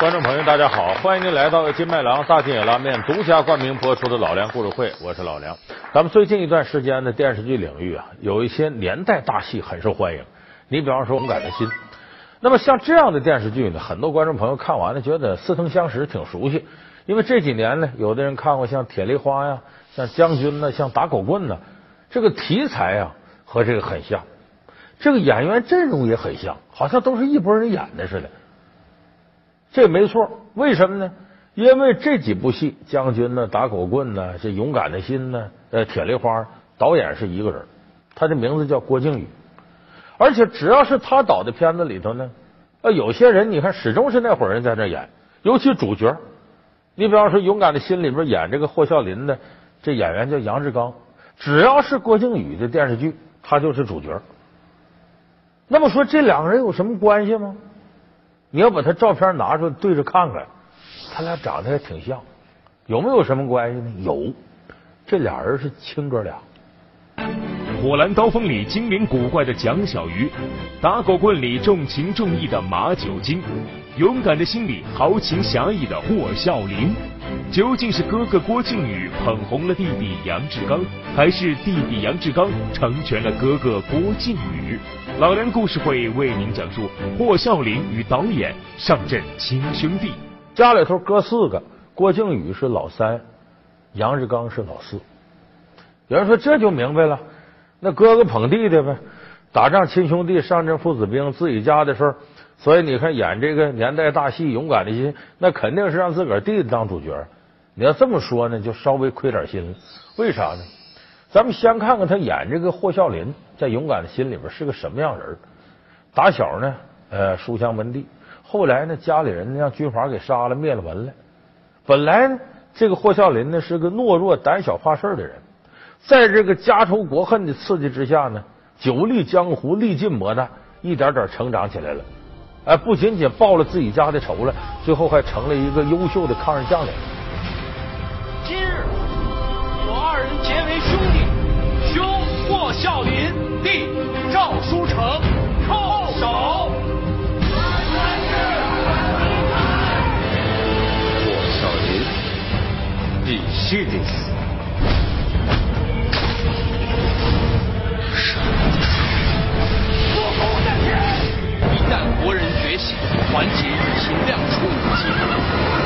观众朋友，大家好，欢迎您来到金麦郎大金野拉面独家冠名播出的老梁故事会，我是老梁。咱们最近一段时间的电视剧领域啊，有一些年代大戏很受欢迎。你比方说《勇敢的心》，那么像这样的电视剧呢，很多观众朋友看完了觉得似曾相识，挺熟悉。因为这几年呢，有的人看过像《铁梨花》呀，像《将军》呢，像《打狗棍》呢，这个题材啊和这个很像，这个演员阵容也很像，好像都是一拨人演的似的。这没错，为什么呢？因为这几部戏，《将军》呢，《打狗棍》呢，这《勇敢的心》呢，铁梨花》，导演是一个人，他的名字叫郭靖宇。而且只要是他导的片子里头呢，有些人你看始终是那伙人在那演，尤其主角。你比方说《勇敢的心》里边演这个霍孝林的这演员叫杨志刚，只要是郭靖宇的电视剧，他就是主角。那么说这两个人有什么关系吗？你要把他照片拿出来对着看看，他俩长得还挺像，有没有什么关系呢？有，这俩人是亲哥俩。 火蓝刀锋里精灵古怪的蒋小鱼，打狗棍里重情重义的马九金，勇敢的心里豪情侠义的霍孝林，究竟是哥哥郭靖宇捧红了弟弟杨志刚，还是弟弟杨志刚成全了哥哥郭靖宇？老梁故事会为您讲述霍孝林与导演上阵亲兄弟。 家里头哥四个，郭靖宇是老三，杨志刚是老四。有人说这就明白了，那哥哥捧弟弟呗，打仗亲兄弟，上阵父子兵，自己家的事儿。所以你看演这个年代大戏《勇敢的心》，那肯定是让自个儿弟弟当主角。你要这么说呢，就稍微亏点心了。为啥呢？咱们先看看他演这个霍孝林在《勇敢的心》里边是个什么样人。打小呢，书香门第，后来呢，家里人让军阀给杀了，灭了门了。本来呢，这个霍孝林呢是个懦弱、胆小怕事的人，在这个家仇国恨的刺激之下呢，久历江湖，历尽磨难，一点点成长起来了。不仅仅报了自己家的仇了，最后还成了一个优秀的抗日将领。 今日我二人结为兄弟，兄霍孝林，弟赵书成，叩首。 霍孝林，弟兄弟。